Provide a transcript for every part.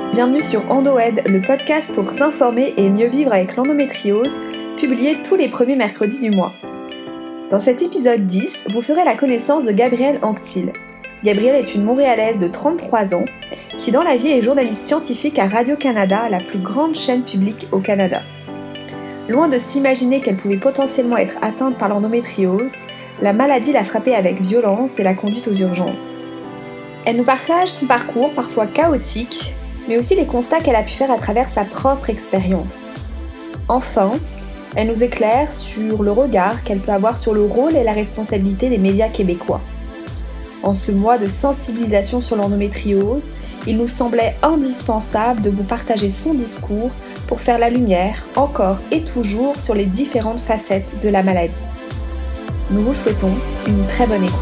Bienvenue sur EndoAid, le podcast pour s'informer et mieux vivre avec l'endométriose, publié tous les premiers mercredis du mois. Dans cet épisode 10, vous ferez la connaissance de Gabrielle Anctil. Gabrielle est une Montréalaise de 33 ans qui dans la vie est journaliste scientifique à Radio-Canada, la plus grande chaîne publique au Canada. Loin de s'imaginer qu'elle pouvait potentiellement être atteinte par l'endométriose, la maladie l'a frappée avec violence et l'a conduite aux urgences. Elle nous partage son parcours parfois chaotique, mais aussi les constats qu'elle a pu faire à travers sa propre expérience. Enfin, elle nous éclaire sur le regard qu'elle peut avoir sur le rôle et la responsabilité des médias québécois. En ce mois de sensibilisation sur l'endométriose, il nous semblait indispensable de vous partager son discours pour faire la lumière, encore et toujours, sur les différentes facettes de la maladie. Nous vous souhaitons une très bonne écoute.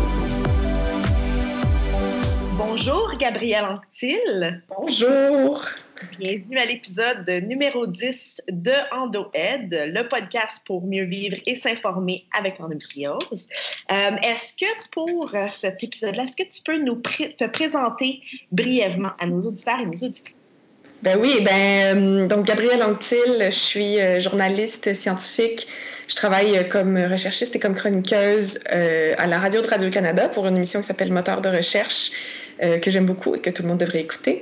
Bonjour Gabrielle Anctil. Bonjour. Bienvenue à l'épisode numéro 10 de EndoAid, le podcast pour mieux vivre et s'informer avec l'endométriose. Est-ce que pour cet épisode-là, est-ce que tu peux te présenter brièvement à nos auditeurs et nos auditrices? Donc Gabrielle Anctil, je suis journaliste scientifique. Je travaille comme recherchiste et comme chroniqueuse à la radio de Radio-Canada pour une émission qui s'appelle Moteur de recherche, que j'aime beaucoup et que tout le monde devrait écouter.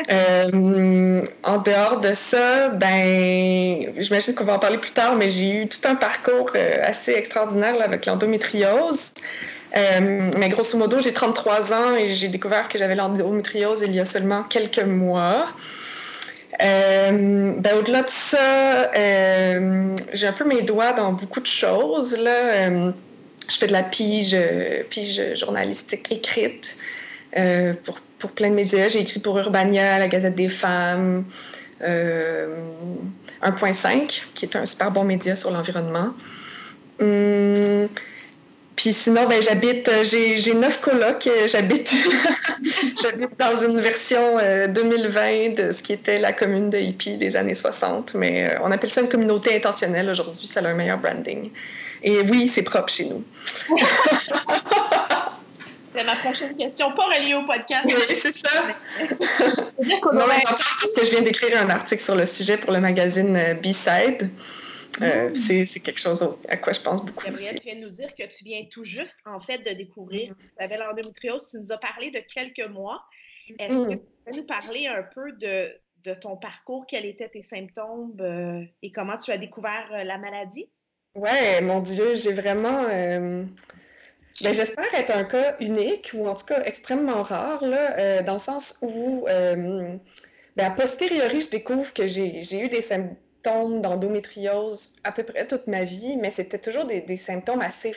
En dehors de ça, j'imagine qu'on va en parler plus tard, mais j'ai eu tout un parcours assez extraordinaire là, avec l'endométriose. Mais grosso modo, j'ai 33 ans et j'ai découvert que j'avais l'endométriose il y a seulement quelques mois. Au-delà de ça, j'ai un peu mes doigts dans beaucoup de choses. Là. Je fais de la pige journalistique écrite pour plein de médias. J'ai écrit pour Urbania, la Gazette des femmes, 1.5, qui est un super bon média sur l'environnement. Puis sinon, j'ai 9 colocs. J'habite dans une version 2020 de ce qui était la commune de hippie des années 60, mais on appelle ça une communauté intentionnelle aujourd'hui, ça a un meilleur branding. Et oui, c'est propre chez nous. C'est ma prochaine question, pas reliée au podcast. Oui, c'est ça. J'en parle parce que je viens d'écrire un article sur le sujet pour le magazine B-Side. C'est quelque chose à quoi je pense beaucoup. Gabrielle, aussi. tu viens de nous dire que tu viens tout juste, en fait, de découvrir que tu avais l'endométriose. Tu nous as parlé de quelques mois. Est-ce que tu peux nous parler un peu de ton parcours? Quels étaient tes symptômes et comment tu as découvert la maladie? Ouais, mon Dieu, j'ai vraiment... j'espère être un cas unique ou en tout cas extrêmement rare, là, dans le sens où, a posteriori, je découvre que j'ai eu des symptômes d'endométriose à peu près toute ma vie, mais c'était toujours des symptômes assez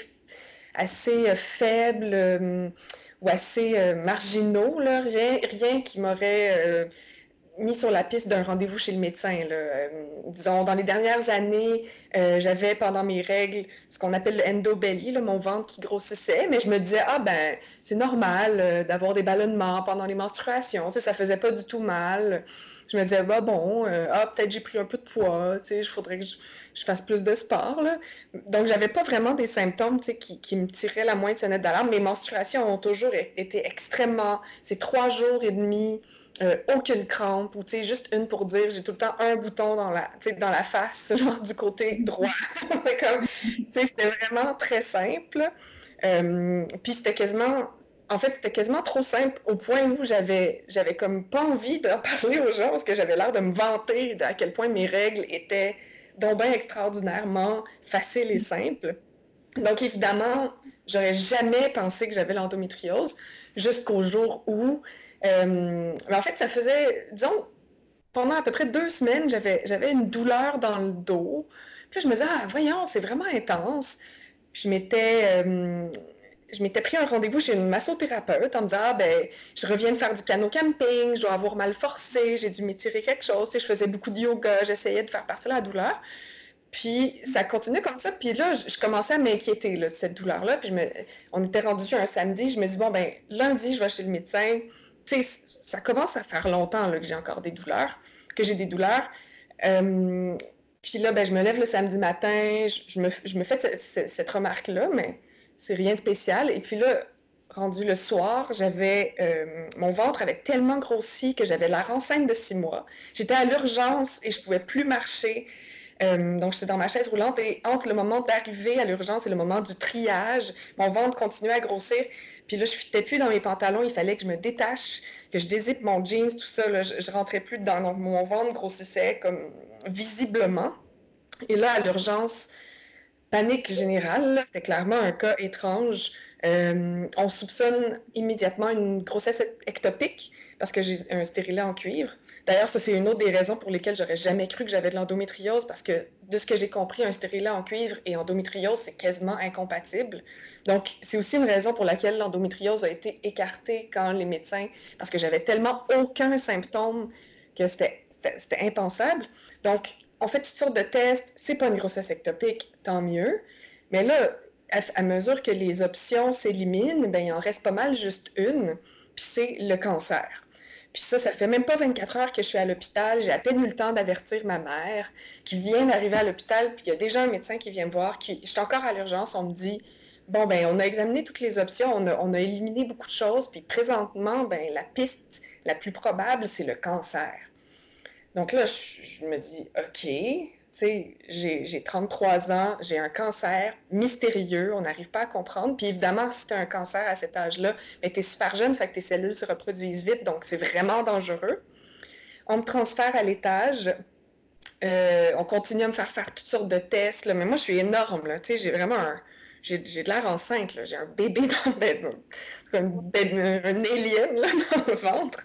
faibles ou assez marginaux, là, rien qui m'aurait mis sur la piste d'un rendez-vous chez le médecin. Là. Disons, dans les dernières années, j'avais pendant mes règles ce qu'on appelle le endobelly, là, mon ventre qui grossissait, mais je me disais, c'est normal d'avoir des ballonnements pendant les menstruations, ça faisait pas du tout mal. Je me disais, peut-être j'ai pris un peu de poids, il faudrait que je fasse plus de sport. Là. Donc, j'avais pas vraiment des symptômes qui me tiraient la moindre sonnette d'alarme. Mes menstruations ont toujours été extrêmement... C'est 3 jours et demi... aucune crampe, ou juste une pour dire, j'ai tout le temps un bouton dans la face, genre du côté droit. C'était vraiment très simple. Puis c'était quasiment trop simple au point où j'avais comme pas envie d'en parler aux gens parce que j'avais l'air de me vanter à quel point mes règles étaient donc bien extraordinairement faciles et simples. Donc évidemment, j'aurais jamais pensé que j'avais l'endométriose jusqu'au jour où mais en fait, ça faisait, disons, pendant à peu près 2 semaines, j'avais une douleur dans le dos. Puis là, je me disais, voyons, c'est vraiment intense. Puis je m'étais pris un rendez-vous chez une massothérapeute en me disant, je reviens de faire du canot camping, je dois avoir mal forcé, j'ai dû m'étirer quelque chose. Je faisais beaucoup de yoga, j'essayais de faire partir la douleur. Puis ça continuait comme ça. Puis là, je commençais à m'inquiéter là, de cette douleur-là. Puis on était rendu un samedi. Je me dis, lundi, je vais chez le médecin. Tu sais, ça commence à faire longtemps là, que j'ai encore des douleurs, que j'ai des douleurs. Puis là, je me lève le samedi matin, je me fais cette remarque-là, mais c'est rien de spécial. Et puis là, rendu le soir, mon ventre avait tellement grossi que j'avais l'air enceinte de 6 mois. J'étais à l'urgence et je pouvais plus marcher. Donc, j'étais dans ma chaise roulante et entre le moment d'arrivée à l'urgence et le moment du triage, mon ventre continuait à grossir. Puis là, je ne fitais plus dans mes pantalons. Il fallait que je me détache, que je dézippe mon jeans, tout ça. Là, je ne rentrais plus dedans. Donc, mon ventre grossissait comme visiblement. Et là, à l'urgence, panique générale. C'était clairement un cas étrange. On soupçonne immédiatement une grossesse ectopique parce que j'ai un stérilet en cuivre. D'ailleurs, ça, c'est une autre des raisons pour lesquelles j'aurais jamais cru que j'avais de l'endométriose parce que, de ce que j'ai compris, un stérilet en cuivre et endométriose, c'est quasiment incompatible. Donc, c'est aussi une raison pour laquelle l'endométriose a été écartée quand les médecins, parce que j'avais tellement aucun symptôme que c'était impensable. Donc, on fait toutes sortes de tests. C'est pas une grossesse ectopique, tant mieux. Mais là, à mesure que les options s'éliminent, ben, il en reste pas mal juste une, puis c'est le cancer. Puis ça fait même pas 24 heures que je suis à l'hôpital. J'ai à peine eu le temps d'avertir ma mère qui vient d'arriver à l'hôpital, puis il y a déjà un médecin qui vient me voir. Je suis encore à l'urgence. On me dit, bon, ben on a examiné toutes les options, on a éliminé beaucoup de choses, puis présentement, ben la piste la plus probable, c'est le cancer. Donc là, je me dis, OK, tu sais, j'ai 33 ans, j'ai un cancer mystérieux, on n'arrive pas à comprendre. Puis évidemment, si tu as un cancer à cet âge-là, ben, tu es super jeune, fait que tes cellules se reproduisent vite, donc c'est vraiment dangereux. On me transfère à l'étage. On continue à me faire toutes sortes de tests, là, mais moi, je suis énorme, là, tu sais, j'ai vraiment j'ai de l'air enceinte, là. J'ai un bébé dans le bedroom, un alien là, dans le ventre.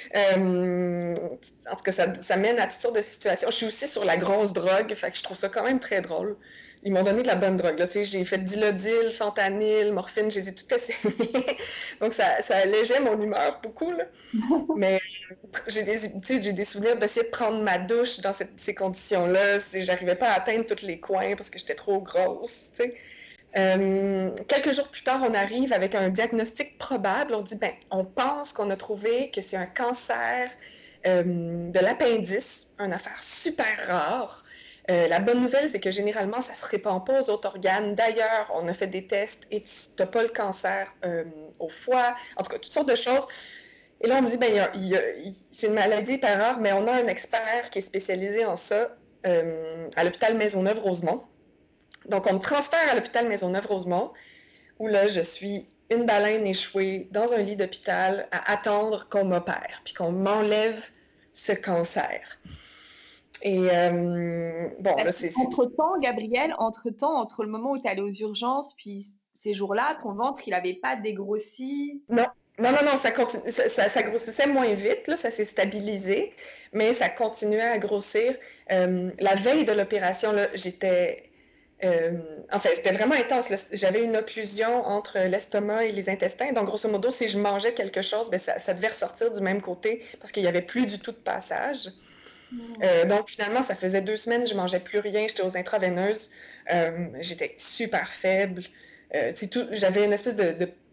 En tout cas, ça mène à toutes sortes de situations. Je suis aussi sur la grosse drogue, fait que je trouve ça quand même très drôle. Ils m'ont donné de la bonne drogue. Là. J'ai fait Dilodyl, fentanyl, morphine, je les ai toutes essayées. Donc, ça allégeait mon humeur beaucoup. Là. Mais j'ai des souvenirs d'essayer de prendre ma douche dans ces conditions-là. J'arrivais pas à atteindre tous les coins parce que j'étais trop grosse. T'sais. Quelques jours plus tard, on arrive avec un diagnostic probable. On dit, ben, on pense qu'on a trouvé que c'est un cancer de l'appendice, une affaire super rare. La bonne nouvelle, c'est que généralement, ça ne se répand pas aux autres organes. D'ailleurs, on a fait des tests et tu n'as pas le cancer au foie, en tout cas, toutes sortes de choses. Et là, on me dit, ben, c'est une maladie hyper rare, mais on a un expert qui est spécialisé en ça à l'hôpital Maisonneuve-Rosemont. Donc, on me transfère à l'hôpital Maisonneuve-Rosemont, où là, je suis une baleine échouée dans un lit d'hôpital à attendre qu'on m'opère, puis qu'on m'enlève ce cancer. Et bon, là, c'est... Entre-temps, Gabrielle, entre le moment où tu es allée aux urgences, puis ces jours-là, ton ventre, il n'avait pas dégrossi? Non, ça grossissait moins vite, là, ça s'est stabilisé, mais ça continuait à grossir. La veille de l'opération, là, j'étais... enfin, c'était vraiment intense. Là. J'avais une occlusion entre l'estomac et les intestins. Donc, grosso modo, si je mangeais quelque chose, ben, ça devait ressortir du même côté parce qu'il n'y avait plus du tout de passage. Donc, finalement, ça faisait 2 semaines, je ne mangeais plus rien. J'étais aux intraveineuses. J'étais super faible. J'avais une espèce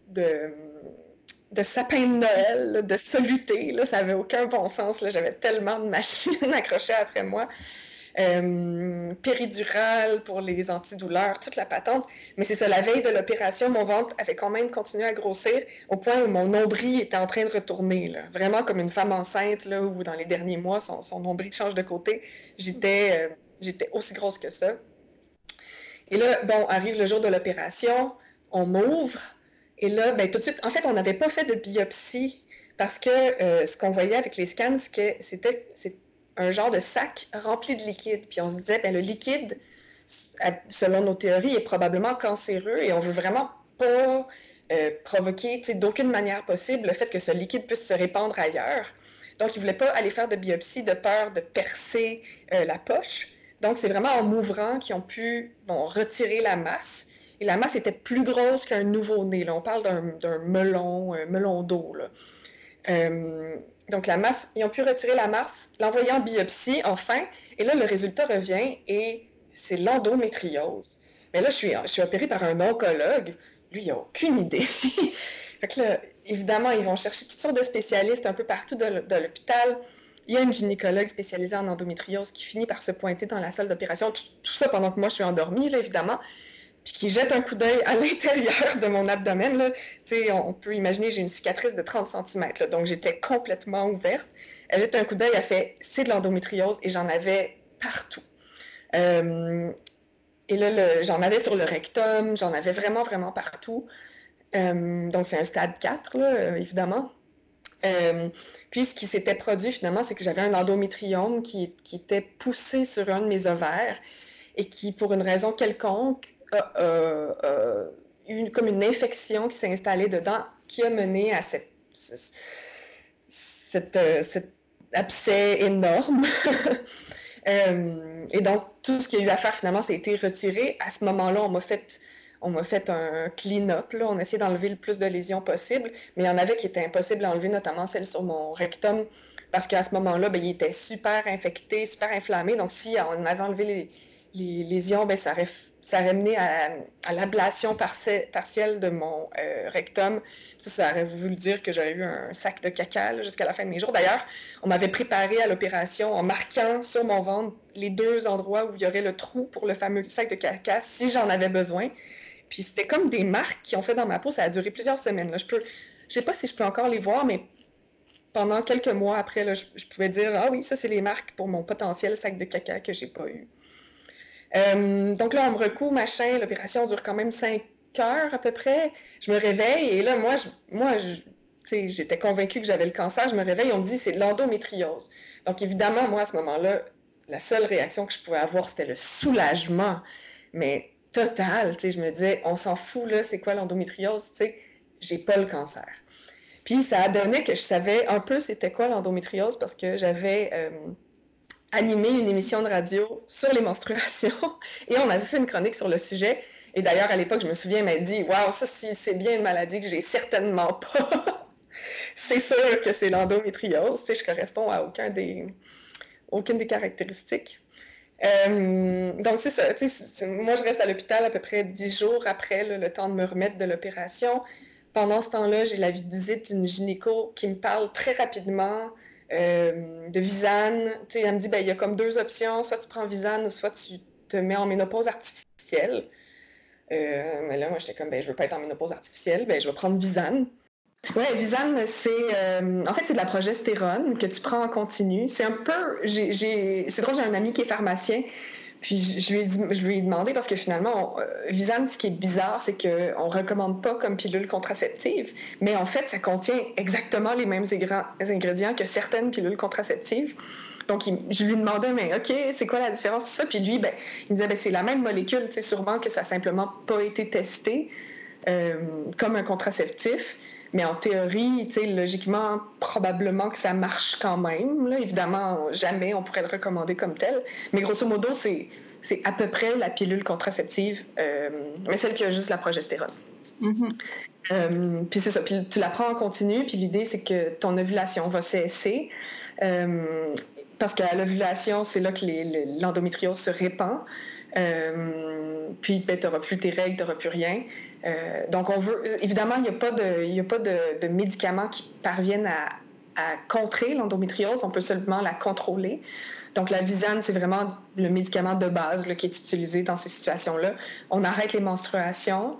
de sapin de Noël, là, de soluté. Là, ça n'avait aucun bon sens. Là. J'avais tellement de machines accrochées après moi. Péridurale pour les antidouleurs, toute la patente. Mais c'est ça, la veille de l'opération, mon ventre avait quand même continué à grossir au point où mon nombril était en train de retourner. Là. Vraiment comme une femme enceinte, là, où dans les derniers mois, son nombril change de côté. J'étais aussi grosse que ça. Et là, bon, arrive le jour de l'opération, on m'ouvre. Et là, ben, tout de suite, en fait, on n'avait pas fait de biopsie parce que ce qu'on voyait avec les scans, c'était un genre de sac rempli de liquide. Puis on se disait, ben, le liquide, selon nos théories, est probablement cancéreux et on veut vraiment pas provoquer d'aucune manière possible le fait que ce liquide puisse se répandre ailleurs. Donc, ils ne voulaient pas aller faire de biopsie de peur de percer la poche. Donc, c'est vraiment en m'ouvrant qu'ils ont pu retirer la masse. Et la masse était plus grosse qu'un nouveau-né. Là. On parle d'un melon d'eau. Là. Donc, la masse, ils ont pu retirer la masse, l'envoyer en biopsie, enfin, et là, le résultat revient et c'est l'endométriose. Mais là, je suis opérée par un oncologue. Lui, il n'a aucune idée. Fait que là, évidemment, ils vont chercher toutes sortes de spécialistes un peu partout de l'hôpital. Il y a une gynécologue spécialisée en endométriose qui finit par se pointer dans la salle d'opération. Tout ça pendant que moi, je suis endormie, là, évidemment. puis qui jette un coup d'œil à l'intérieur de mon abdomen, là, on peut imaginer, j'ai une cicatrice de 30 cm, là, donc j'étais complètement ouverte. Elle jette un coup d'œil, elle fait « c'est de l'endométriose » et j'en avais partout. Et là, j'en avais sur le rectum, j'en avais vraiment, vraiment partout. Donc, c'est un stade 4, là, évidemment. Puis, ce qui s'était produit, finalement, c'est que j'avais un endométriome qui était poussé sur un de mes ovaires et qui, pour une raison quelconque, a eu comme une infection qui s'est installée dedans, qui a mené à cet abcès énorme. Et donc, tout ce qu'il y a eu à faire, finalement, ça a été retiré. À ce moment-là, on m'a fait un clean-up. Là. On a essayé d'enlever le plus de lésions possible, mais il y en avait qui étaient impossibles à enlever, notamment celle sur mon rectum, parce qu'à ce moment-là, il était super infecté, super inflammé. Donc, si on avait enlevé les lésions, ça aurait mené à l'ablation partielle de mon rectum. Ça aurait voulu dire que j'aurais eu un sac de caca là, jusqu'à la fin de mes jours. D'ailleurs, on m'avait préparé à l'opération en marquant sur mon ventre les 2 endroits où il y aurait le trou pour le fameux sac de caca si j'en avais besoin. Puis c'était comme des marques qui ont fait dans ma peau. Ça a duré plusieurs semaines. Là. Je sais pas si je peux encore les voir, mais pendant quelques mois après, là, je pouvais dire « Ah oui, ça, c'est les marques pour mon potentiel sac de caca que j'ai pas eu. » Donc là, on me recoue, machin, l'opération dure quand même 5 heures à peu près. Je me réveille et là, moi j'étais convaincue que j'avais le cancer. Je me réveille, on me dit c'est de l'endométriose. Donc évidemment, moi, à ce moment-là, la seule réaction que je pouvais avoir, c'était le soulagement. Mais total, je me disais, on s'en fout, là, c'est quoi l'endométriose? J'ai pas le cancer. Puis ça a donné que je savais un peu c'était quoi l'endométriose parce que j'avais animé une émission de radio sur les menstruations et on avait fait une chronique sur le sujet. Et d'ailleurs, à l'époque, je me souviens, elle m'a dit « Waouh, ça, c'est bien une maladie que j'ai certainement pas. » C'est sûr que c'est l'endométriose. Je corresponds à aucune des caractéristiques. Donc, c'est ça. Moi, je reste à l'hôpital à peu près 10 jours après le temps de me remettre de l'opération. Pendant ce temps-là, j'ai la visite d'une gynéco qui me parle très rapidement de Visane. Elle me dit, il y a comme 2 options. Soit tu prends Visane ou soit tu te mets en ménopause artificielle. Mais là, moi, j'étais comme, je veux pas être en ménopause artificielle. Je vais prendre Visane. Ouais, Visane, en fait, c'est de la progestérone que tu prends en continu. C'est un peu... C'est drôle, j'ai un ami qui est pharmacien. Puis je lui ai demandé parce que finalement, Visane, ce qui est bizarre, c'est qu'on ne recommande pas comme pilule contraceptive, mais en fait, ça contient exactement les mêmes ingrédients que certaines pilules contraceptives. Donc, je lui demandais, mais OK, c'est quoi la différence? Tout ça? Puis lui, il me disait, c'est la même molécule, sûrement que ça n'a simplement pas été testé comme un contraceptif. Mais en théorie, logiquement, probablement que ça marche quand même. Là. Évidemment, jamais on pourrait le recommander comme tel. Mais grosso modo, c'est à peu près la pilule contraceptive, mais celle qui a juste la progestérone. Mm-hmm. Puis c'est ça. Puis tu la prends en continu. Puis l'idée, c'est que ton ovulation va cesser. Parce qu'à l'ovulation, c'est là que l'endométriose se répand. Puis tu n'auras plus tes règles, tu n'auras plus rien. Donc, évidemment, il n'y a pas de médicaments qui parviennent à contrer l'endométriose. On peut seulement la contrôler. Donc, la Visane, c'est vraiment le médicament de base là, qui est utilisé dans ces situations-là. On arrête les menstruations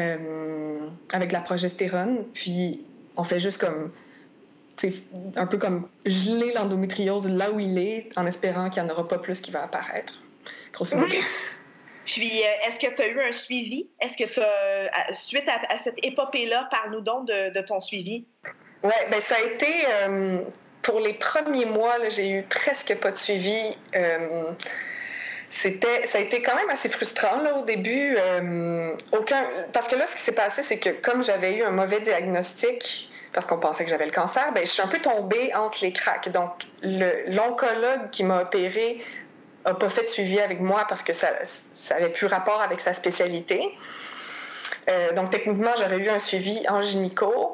avec la progestérone, puis on fait juste comme... un peu comme geler l'endométriose là où il est, en espérant qu'il n'y en aura pas plus qui va apparaître. Grosso modo. Puis, est-ce que tu as eu un suivi? Est-ce que suite à cette épopée-là, parle-nous donc de ton suivi. Oui, ça a été... pour les premiers mois, là, j'ai eu presque pas de suivi. Ça a été quand même assez frustrant là, au début. Parce que là, ce qui s'est passé, c'est que comme j'avais eu un mauvais diagnostic, parce qu'on pensait que j'avais le cancer, je suis un peu tombée entre les cracks. Donc, l'oncologue qui m'a opérée n'a pas fait de suivi avec moi parce que ça n'avait plus rapport avec sa spécialité. Donc, techniquement, j'aurais eu un suivi en gynéco,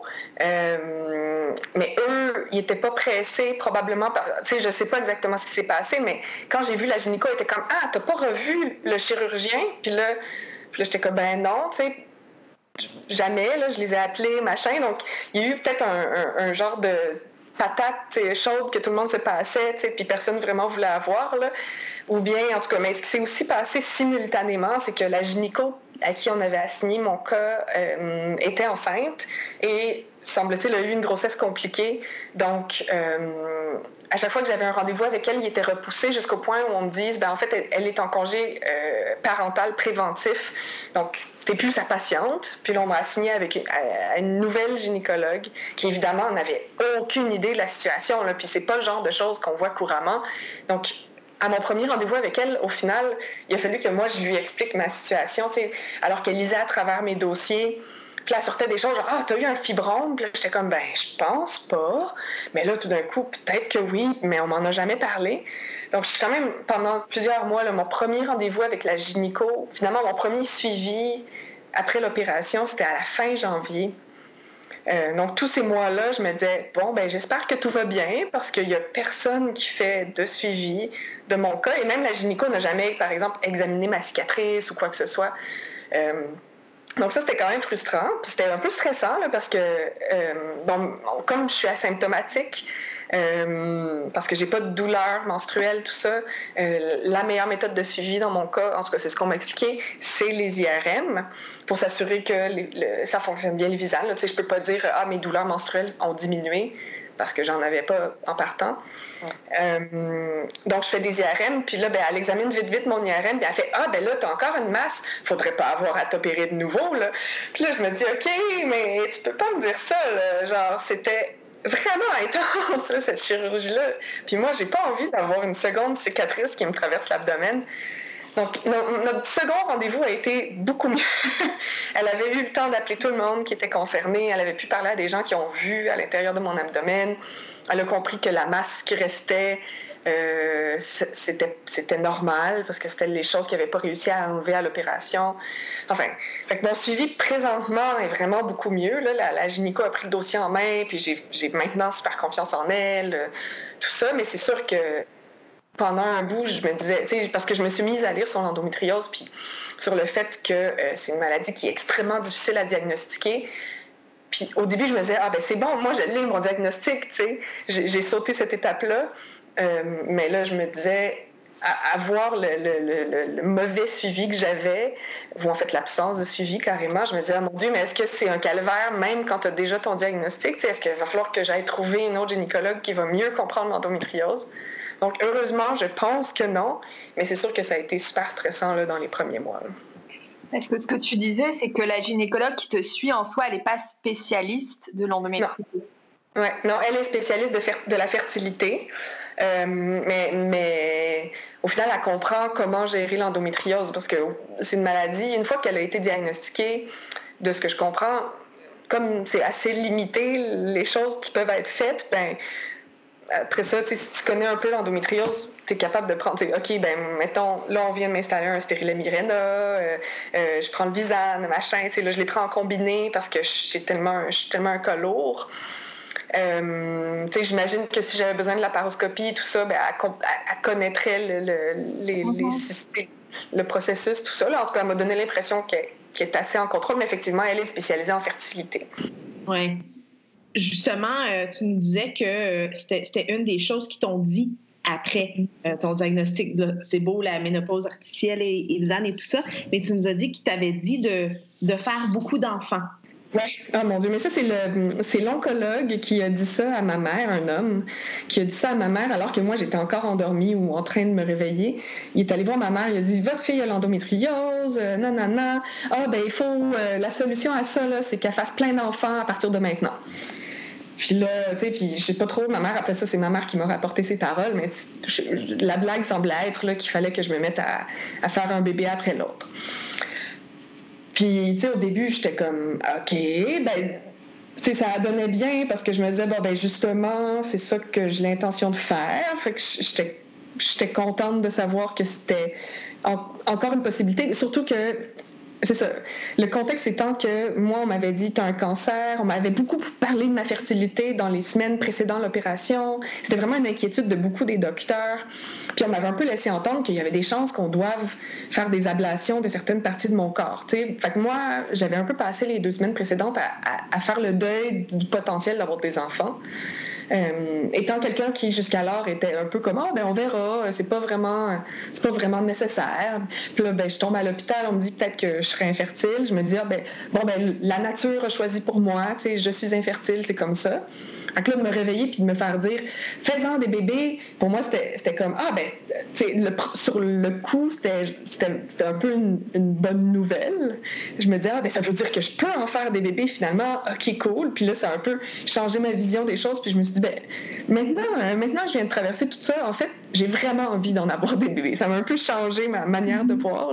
mais eux, ils n'étaient pas pressés, probablement. Je ne sais pas exactement ce qui s'est passé, mais quand j'ai vu la gynéco, elle était comme « Ah, t'as pas revu le chirurgien? » Puis là, j'étais comme « Ben non, tu sais, jamais, là, je les ai appelés, machin. » Donc, il y a eu peut-être un genre de patate chaude que tout le monde se passait, puis personne vraiment voulait avoir, là. Ou bien, en tout cas, mais ce qui s'est aussi passé simultanément, c'est que la gynéco à qui on avait assigné mon cas était enceinte et, semble-t-il, a eu une grossesse compliquée. Donc, à chaque fois que j'avais un rendez-vous avec elle, il était repoussé jusqu'au point où on me dise, en fait, elle est en congé parental préventif. Donc, t'es plus sa patiente. Puis là, on m'a assignée à une nouvelle gynécologue qui, évidemment, n'avait aucune idée de la situation. Là. Puis c'est pas le genre de choses qu'on voit couramment. Donc, à mon premier rendez-vous avec elle, au final, il a fallu que moi, je lui explique ma situation, alors qu'elle lisait à travers mes dossiers. Puis là, elle sortait des choses genre « Ah, t'as eu un fibrome? » Puis là, j'étais comme « Ben, je pense pas. » Mais là, tout d'un coup, peut-être que oui, mais on m'en a jamais parlé. Donc, je suis quand même, pendant plusieurs mois, là, mon premier rendez-vous avec la gynéco, finalement, mon premier suivi après l'opération, c'était à la fin janvier. Donc, tous ces mois-là, je me disais, bon, j'espère que tout va bien parce qu'il n'y a personne qui fait de suivi de mon cas. Et même la gynéco n'a jamais, par exemple, examiné ma cicatrice ou quoi que ce soit. Donc ça, c'était quand même frustrant. Puis c'était un peu stressant là, parce que, comme je suis asymptomatique, parce que j'ai pas de douleur menstruelle, tout ça, la meilleure méthode de suivi dans mon cas, en tout cas c'est ce qu'on m'a expliqué, c'est les IRM pour s'assurer que ça fonctionne bien les visages. Je peux pas dire « Ah, mes douleurs menstruelles ont diminué » parce que j'en avais pas en partant. Donc, je fais des IRM, puis là, elle examine vite mon IRM, puis elle fait « Ah, là, t'as encore une masse, faudrait pas avoir à t'opérer de nouveau, là. » Puis là, je me dis « OK, mais tu peux pas me dire ça, là. » Genre, c'était vraiment intense, là, cette chirurgie-là. Puis moi, j'ai pas envie d'avoir une seconde cicatrice qui me traverse l'abdomen. Donc, notre second rendez-vous a été beaucoup mieux. Elle avait eu le temps d'appeler tout le monde qui était concerné. Elle avait pu parler à des gens qui ont vu à l'intérieur de mon abdomen. Elle a compris que la masse qui restait, c'était normal parce que c'était les choses qu'elle n'avait pas réussi à enlever à l'opération. Enfin, fait que mon suivi présentement est vraiment beaucoup mieux. Là. La gynéco a pris le dossier en main, puis j'ai maintenant super confiance en elle, tout ça. Mais c'est sûr que pendant un bout, je me disais, parce que je me suis mise à lire sur l'endométriose, puis sur le fait que c'est une maladie qui est extrêmement difficile à diagnostiquer. Puis au début, je me disais, c'est bon, moi, je l'ai, mon diagnostic, tu sais. J'ai sauté cette étape-là. Mais là, je me disais, à voir le mauvais suivi que j'avais, ou en fait l'absence de suivi carrément, je me disais, mon Dieu, mais est-ce que c'est un calvaire même quand tu as déjà ton diagnostic? Est-ce qu'il va falloir que j'aille trouver une autre gynécologue qui va mieux comprendre l'endométriose? Donc, heureusement, je pense que non, mais c'est sûr que ça a été super stressant là, dans les premiers mois. Là. Est-ce que ce que tu disais, c'est que la gynécologue qui te suit en soi, elle n'est pas spécialiste de l'endométriose? Non, elle est spécialiste de la fertilité, mais au final, elle comprend comment gérer l'endométriose parce que c'est une maladie. Une fois qu'elle a été diagnostiquée, de ce que je comprends, comme c'est assez limité les choses qui peuvent être faites, après ça, si tu connais un peu l'endométriose, tu es capable de prendre, OK, mettons, là, on vient de m'installer un stérilet Mirena, je prends le Visanne, machin, là, je les prends en combiné parce que je suis tellement un cas lourd. J'imagine que si j'avais besoin de laparoscopie, tout ça, elle connaîtrait le processus, tout ça. Là, en tout cas, elle m'a donné l'impression qu'elle est assez en contrôle, mais effectivement, elle est spécialisée en fertilité. Oui. Justement, tu nous disais que c'était une des choses qui t'ont dit après ton diagnostic. C'est beau, la ménopause artificielle et Visanne et tout ça, mais tu nous as dit qu'il t'avait dit de faire beaucoup d'enfants. Oui, oh mon Dieu, mais ça, c'est l'oncologue qui a dit ça à ma mère, un homme, qui a dit ça à ma mère alors que moi, j'étais encore endormie ou en train de me réveiller. Il est allé voir ma mère, il a dit « Votre fille a l'endométriose, nanana. Il faut, la solution à ça, là, c'est qu'elle fasse plein d'enfants à partir de maintenant. » Puis là, puis je sais pas trop, ma mère, après ça, c'est ma mère qui m'a rapporté ces paroles, mais la blague semblait être là, qu'il fallait que je me mette à faire un bébé après l'autre. Puis, au début, j'étais comme, OK, ça donnait bien parce que je me disais, justement, c'est ça que j'ai l'intention de faire. Fait que j'étais contente de savoir que c'était encore une possibilité. Surtout que, c'est ça, le contexte étant que moi, on m'avait dit, t'as un cancer, on m'avait beaucoup parlé de ma fertilité dans les semaines précédant l'opération. C'était vraiment une inquiétude de beaucoup des docteurs. Puis on m'avait un peu laissé entendre qu'il y avait des chances qu'on doive faire des ablations de certaines parties de mon corps. Fait que moi, j'avais un peu passé les 2 semaines précédentes à faire le deuil du potentiel d'avoir des enfants. Étant quelqu'un qui jusqu'alors était un peu comme on verra, c'est pas vraiment nécessaire. Puis là, je tombe à l'hôpital, on me dit peut-être que je serais infertile. Je me dis la nature a choisi pour moi, tu sais, je suis infertile, c'est comme ça. Donc là, de me réveiller puis de me faire dire fais-en des bébés, pour moi c'était comme sur le coup c'était un peu une bonne nouvelle. Je me dis ça veut dire que je peux en faire des bébés finalement, ok cool. Puis là ça a un peu changé ma vision des choses, puis je me suis dit maintenant je viens de traverser tout ça, en fait j'ai vraiment envie d'en avoir des bébés. Ça m'a un peu changé ma manière de voir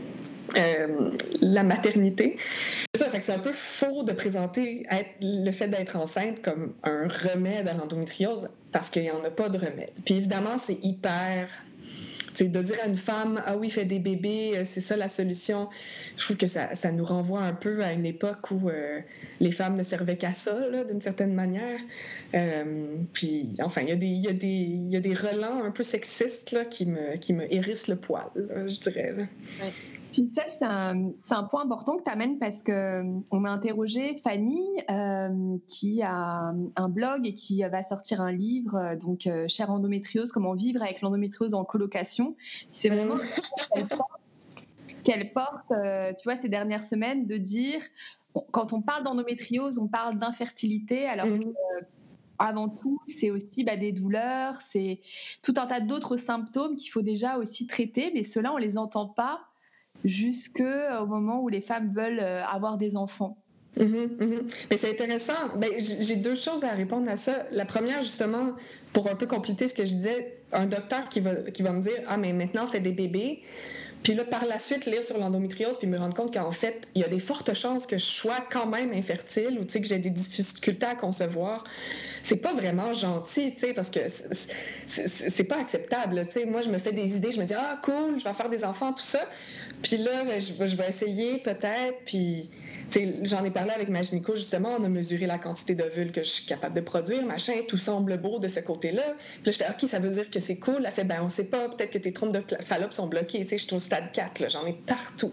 la maternité. C'est un peu faux de présenter le fait d'être enceinte comme un remède à l'endométriose, parce qu'il n'y en a pas de remède. Puis évidemment, c'est hyper... de dire à une femme « Ah oui, fais des bébés, c'est ça la solution », je trouve que ça nous renvoie un peu à une époque où les femmes ne servaient qu'à ça, là, d'une certaine manière. Puis, enfin, il y a des relents un peu sexistes là, qui me hérissent le poil, là, je dirais. Là. Ouais. Puis ça, c'est un point important que tu amènes, parce qu'on m'a interrogé Fanny, qui a un blog et qui va sortir un livre, donc Chère endométriose, comment vivre avec l'endométriose en colocation. C'est vraiment qu'elle porte tu vois, ces dernières semaines, de dire, quand on parle d'endométriose, on parle d'infertilité, alors que avant tout, c'est aussi des douleurs, c'est tout un tas d'autres symptômes qu'il faut déjà aussi traiter, mais ceux-là, on les entend pas jusqu'au moment où les femmes veulent avoir des enfants. Mais c'est intéressant. J'ai deux choses à répondre à ça. La première, justement, pour un peu compléter ce que je disais, un docteur qui va me dire « Ah, mais maintenant, on fait des bébés ». Puis là, par la suite, lire sur l'endométriose, puis me rendre compte qu'en fait, il y a des fortes chances que je sois quand même infertile, ou que j'ai des difficultés à concevoir. C'est pas vraiment gentil, parce que c'est pas acceptable. Moi, je me fais des idées, je me dis « Ah, cool, je vais faire des enfants, tout ça ». Puis là, je vais essayer peut-être, puis... j'en ai parlé avec ma gynéco, justement, on a mesuré la quantité d'ovules que je suis capable de produire, machin, tout semble beau de ce côté-là. Puis là, je fais, OK, ça veut dire que c'est cool. Elle fait, on sait pas, peut-être que tes trompes de Fallope sont bloquées. Je suis au stade 4, là, j'en ai partout,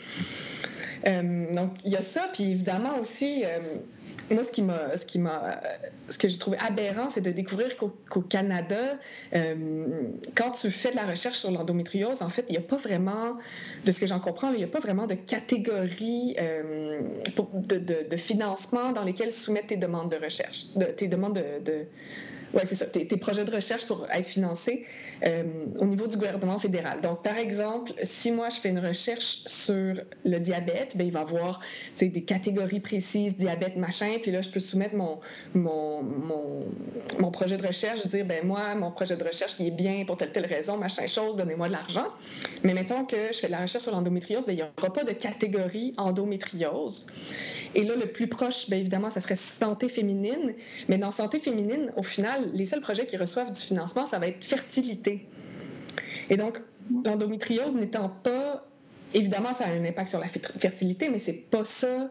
donc, il y a ça, puis évidemment aussi... moi, ce que j'ai trouvé aberrant, c'est de découvrir qu'au Canada, quand tu fais de la recherche sur l'endométriose, en fait, il n'y a pas vraiment, de ce que j'en comprends, il n'y a pas vraiment de catégorie de financement dans lesquelles soumettre tes demandes de recherche, tes demandes Oui, c'est ça, tes projets de recherche pour être financés au niveau du gouvernement fédéral. Donc, par exemple, si moi, je fais une recherche sur le diabète, il va y avoir des catégories précises, diabète, machin, puis là, je peux soumettre mon projet de recherche, dire, moi, mon projet de recherche, il est bien pour telle raison, machin chose, donnez-moi de l'argent. Mais mettons que je fais de la recherche sur l'endométriose, il n'y aura pas de catégorie endométriose. Et là, le plus proche, évidemment, ça serait santé féminine. Mais dans santé féminine, au final, les seuls projets qui reçoivent du financement, ça va être fertilité. Et donc, l'endométriose n'étant pas... Évidemment, ça a un impact sur la fertilité, mais c'est pas ça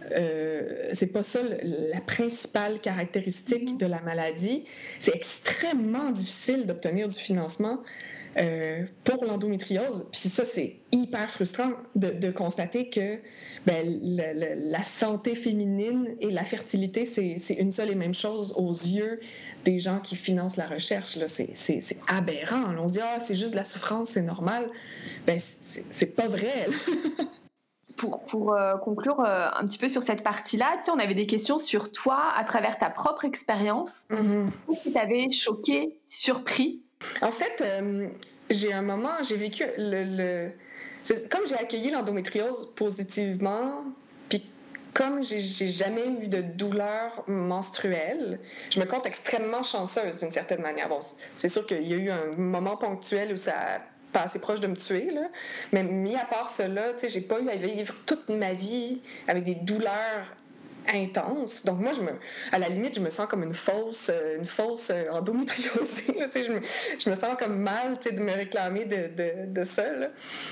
la principale caractéristique de la maladie. C'est extrêmement difficile d'obtenir du financement pour l'endométriose. Puis ça, c'est hyper frustrant de constater que la santé féminine et la fertilité, c'est une seule et même chose aux yeux des gens qui financent la recherche. Là. C'est aberrant. Là. On se dit « Ah, c'est juste de la souffrance, c'est normal ». C'est pas vrai. Pour conclure un petit peu sur cette partie-là, on avait des questions sur toi à travers ta propre expérience. Qu'est-ce qui t'avait choqué, surpris? En fait, j'ai vécu comme j'ai accueilli l'endométriose positivement, puis comme j'ai jamais eu de douleur menstruelle, je me compte extrêmement chanceuse d'une certaine manière. Bon, c'est sûr qu'il y a eu un moment ponctuel où ça a pas assez proche de me tuer, là. Mais mis à part cela, j'ai pas eu à vivre toute ma vie avec des douleurs intense. Donc moi, à la limite, je me sens comme une fausse endométriosée. Je me sens comme mal de me réclamer de ça. Là.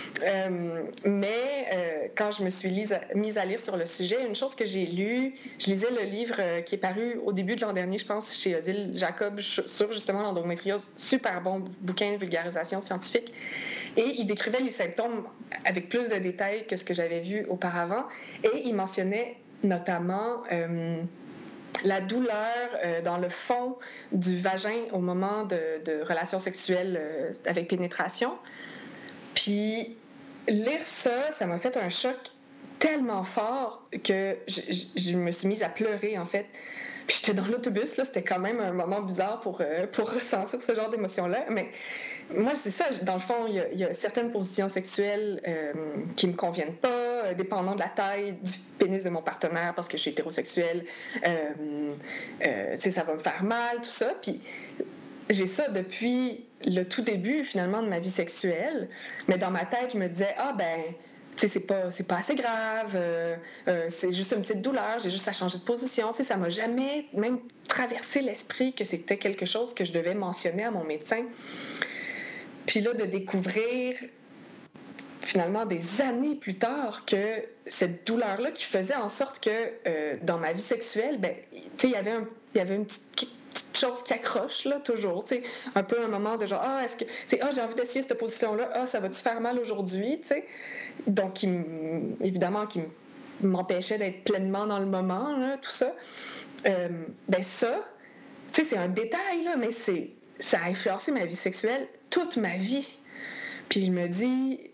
Mais quand je me suis mise à lire sur le sujet, une chose que j'ai lue, je lisais le livre qui est paru au début de l'an dernier, je pense, chez Odile Jacob, sur justement l'endométriose. Super bon bouquin de vulgarisation scientifique. Et il décrivait les symptômes avec plus de détails que ce que j'avais vu auparavant. Et il mentionnait notamment la douleur dans le fond du vagin au moment de relations sexuelles avec pénétration. Puis lire ça, ça m'a fait un choc tellement fort que je me suis mise à pleurer, en fait. Puis j'étais dans l'autobus, là, c'était quand même un moment bizarre pour ressentir ce genre d'émotion-là. Mais moi, c'est ça, dans le fond, il y a certaines positions sexuelles qui me conviennent pas, dépendant de la taille du pénis de mon partenaire, parce que je suis hétérosexuelle. Ça va me faire mal, tout ça. Puis j'ai ça depuis le tout début, finalement, de ma vie sexuelle. Mais dans ma tête, je me disais, c'est pas assez grave, c'est juste une petite douleur, j'ai juste à changer de position. Ça m'a jamais même traversé l'esprit que c'était quelque chose que je devais mentionner à mon médecin. Puis là, de découvrir finalement des années plus tard que cette douleur-là qui faisait en sorte que dans ma vie sexuelle, il y avait une petite chose qui accroche, là, toujours, tu sais, un peu un moment de genre, est-ce que, j'ai envie d'essayer cette position-là, ça va-tu faire mal aujourd'hui, tu sais, donc, évidemment, qui m'empêchait d'être pleinement dans le moment, là, tout ça, ça, tu sais, c'est un détail, là, mais ça a influencé ma vie sexuelle toute ma vie, puis je me dis,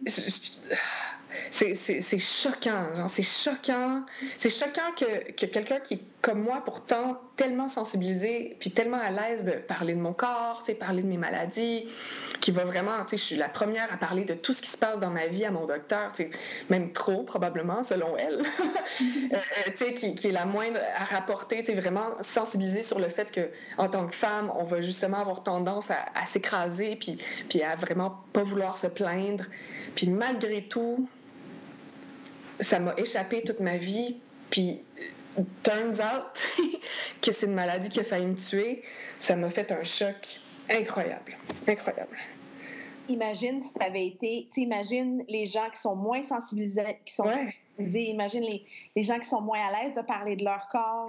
c'est choquant, genre, c'est choquant que quelqu'un qui est comme moi, pourtant tellement sensibilisé puis tellement à l'aise de parler de mon corps, parler de mes maladies, qui va vraiment, je suis la première à parler de tout ce qui se passe dans ma vie à mon docteur, même trop probablement selon elle, qui est la moindre à rapporter, vraiment sensibilisée sur le fait que en tant que femme, on va justement avoir tendance à s'écraser puis à vraiment pas vouloir se plaindre, puis malgré tout, ça m'a échappé toute ma vie, puis turns out que c'est une maladie qui a failli me tuer. Ça m'a fait un choc incroyable. Imagine si tu avais été... Imagine les gens qui sont moins sensibilisés, imagine les gens qui sont moins à l'aise de parler de leur corps.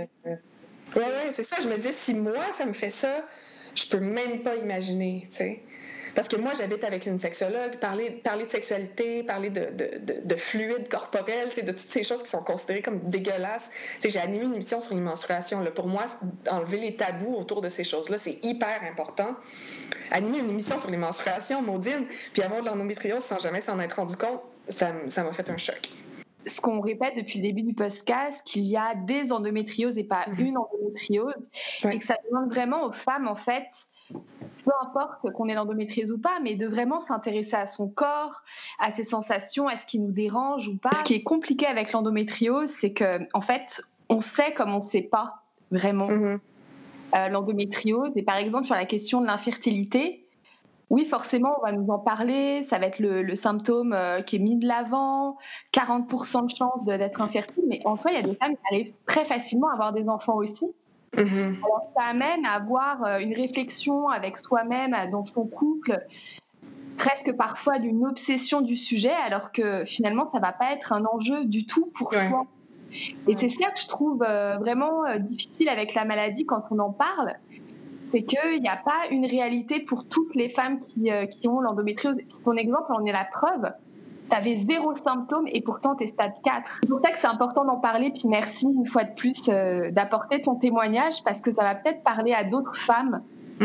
Oui, c'est ça. Je me disais, si moi, ça me fait ça, je peux même pas imaginer, tu sais. Parce que moi, j'habite avec une sexologue, parler de sexualité, parler de fluides corporels, de toutes ces choses qui sont considérées comme dégueulasses. J'ai animé une émission sur les menstruations. Là. Pour moi, enlever les tabous autour de ces choses-là, c'est hyper important. Animer une émission sur les menstruations, Maudine, puis avoir de l'endométriose sans jamais s'en être rendu compte, ça m'a fait un choc. Ce qu'on répète depuis le début du podcast, qu'il y a des endométrioses et pas une endométriose, et que ça demande vraiment aux femmes, en fait, peu importe qu'on ait l'endométriose ou pas, mais de vraiment s'intéresser à son corps, à ses sensations, à ce qui nous dérange ou pas. Ce qui est compliqué avec l'endométriose, c'est que, en fait, on sait comme on ne sait pas vraiment l'endométriose. Et par exemple, sur la question de l'infertilité, oui, forcément, on va nous en parler. Ça va être le symptôme qui est mis de l'avant, 40% de chance d'être infertile. Mais en soi, il y a des femmes qui arrivent très facilement à avoir des enfants aussi. Alors, ça amène à avoir une réflexion avec soi-même dans son couple, presque parfois d'une obsession du sujet, alors que finalement, ça ne va pas être un enjeu du tout pour soi. Et c'est ça que je trouve vraiment difficile avec la maladie quand on en parle, c'est qu'il n'y a pas une réalité pour toutes les femmes qui ont l'endométriose. Ton exemple en est la preuve. Tu avais 0 symptômes et pourtant tu es stade 4. C'est pour ça que c'est important d'en parler. Puis merci une fois de plus d'apporter ton témoignage, parce que ça va peut-être parler à d'autres femmes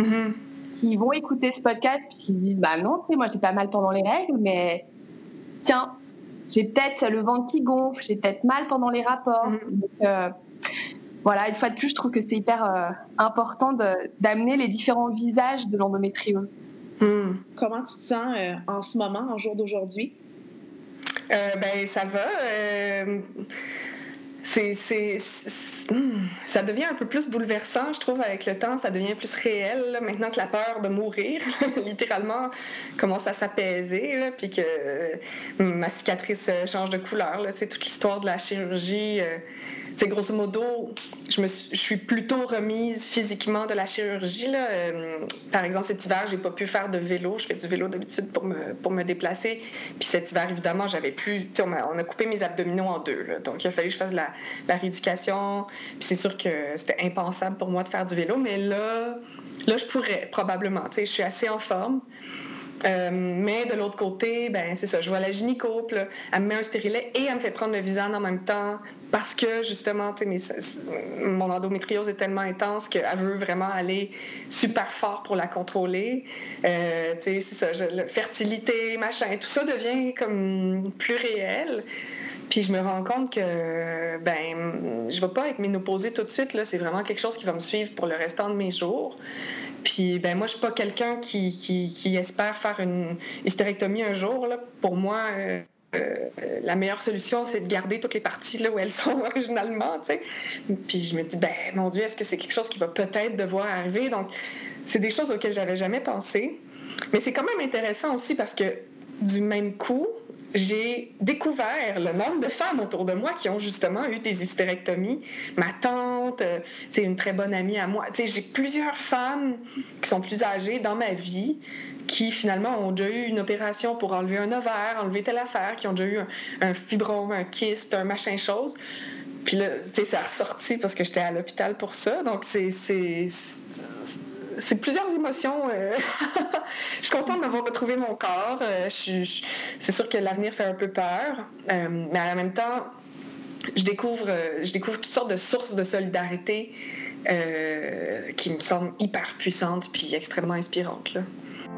qui vont écouter ce podcast puis qui se disent non, tu sais, moi j'ai pas mal pendant les règles, mais tiens, j'ai peut-être le ventre qui gonfle, j'ai peut-être mal pendant les rapports. Donc, voilà, une fois de plus, je trouve que c'est hyper important d'amener les différents visages de l'endométriose. Comment tu te sens en ce moment, en jour d'aujourd'hui? Ça va. Ça devient un peu plus bouleversant, je trouve, avec le temps. Ça devient plus réel, là, maintenant que la peur de mourir, littéralement, commence à s'apaiser, là, puis que ma cicatrice change de couleur. Là, toute l'histoire de la chirurgie... grosso modo, je suis plutôt remise physiquement de la chirurgie. Là. Par exemple, cet hiver, j'ai pas pu faire de vélo. Je fais du vélo d'habitude pour me déplacer. Puis cet hiver, évidemment, j'avais plus... On a coupé mes abdominaux en 2. Là. Donc, il a fallu que je fasse la rééducation. Puis c'est sûr que c'était impensable pour moi de faire du vélo. Mais là je pourrais, probablement. Je suis assez en forme. Mais de l'autre côté, ben c'est ça, je vois la gynéco, puis là, elle me met un stérilet et elle me fait prendre le Visanne en même temps parce que, justement, mon endométriose est tellement intense qu'elle veut vraiment aller super fort pour la contrôler. C'est ça, la fertilité, machin, tout ça devient comme plus réel. Puis je me rends compte que je vais pas être ménopausée tout de suite, là. C'est vraiment quelque chose qui va me suivre pour le restant de mes jours. Puis moi, je suis pas quelqu'un qui espère faire une hystérectomie un jour, là. Pour moi, la meilleure solution, c'est de garder toutes les parties là où elles sont originalement, tu sais. Puis je me dis, mon Dieu, est-ce que c'est quelque chose qui va peut-être devoir arriver? Donc, c'est des choses auxquelles j'avais jamais pensé. Mais c'est quand même intéressant aussi parce que, du même coup, j'ai découvert le nombre de femmes autour de moi qui ont justement eu des hystérectomies. Ma tante, une très bonne amie à moi. J'ai plusieurs femmes qui sont plus âgées dans ma vie qui finalement ont déjà eu une opération pour enlever un ovaire, enlever telle affaire, qui ont déjà eu un fibrome, un kyste, un machin chose. Puis là, ça a ressorti parce que j'étais à l'hôpital pour ça. Donc, c'est plusieurs émotions. Je suis contente d'avoir retrouvé mon corps. C'est sûr que l'avenir fait un peu peur, mais en même temps, je découvre toutes sortes de sources de solidarité qui me semblent hyper puissantes puis extrêmement inspirantes, là.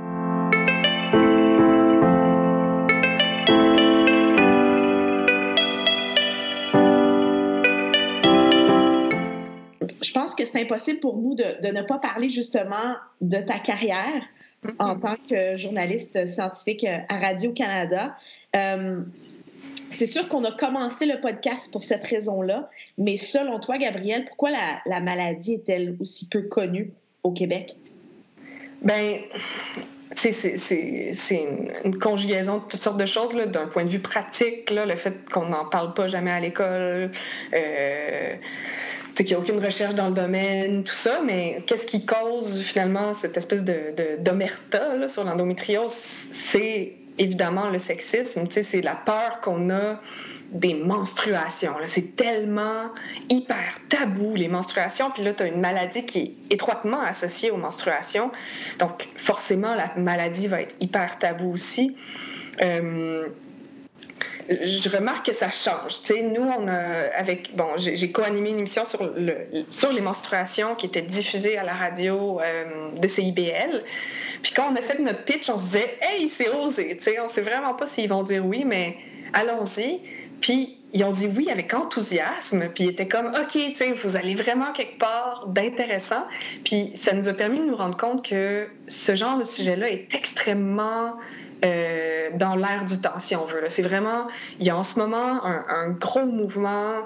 Je pense que c'est impossible pour nous de ne pas parler justement de ta carrière en tant que journaliste scientifique à Radio-Canada. C'est sûr qu'on a commencé le podcast pour cette raison-là, mais selon toi, Gabrielle, pourquoi la maladie est-elle aussi peu connue au Québec? C'est une conjugaison de toutes sortes de choses, là, d'un point de vue pratique, là, le fait qu'on n'en parle pas jamais à l'école, qu'il n'y a aucune recherche dans le domaine, tout ça, mais qu'est-ce qui cause finalement cette espèce d'omerta là, sur l'endométriose? C'est évidemment le sexisme, c'est la peur qu'on a des menstruations. Là. C'est tellement hyper tabou, les menstruations, puis là, tu as une maladie qui est étroitement associée aux menstruations, donc forcément, la maladie va être hyper tabou aussi. Je remarque que ça change. Nous, j'ai co-animé une émission sur les menstruations qui était diffusée à la radio de CIBL. Puis quand on a fait notre pitch, on se disait « Hey, c'est osé! » On ne sait vraiment pas s'ils vont dire oui, mais allons-y. Puis ils ont dit oui avec enthousiasme. Puis ils étaient comme « OK, vous allez vraiment quelque part d'intéressant. » Puis ça nous a permis de nous rendre compte que ce genre de sujet-là est extrêmement... dans l'ère du temps, si on veut. Là. C'est vraiment, il y a en ce moment un gros mouvement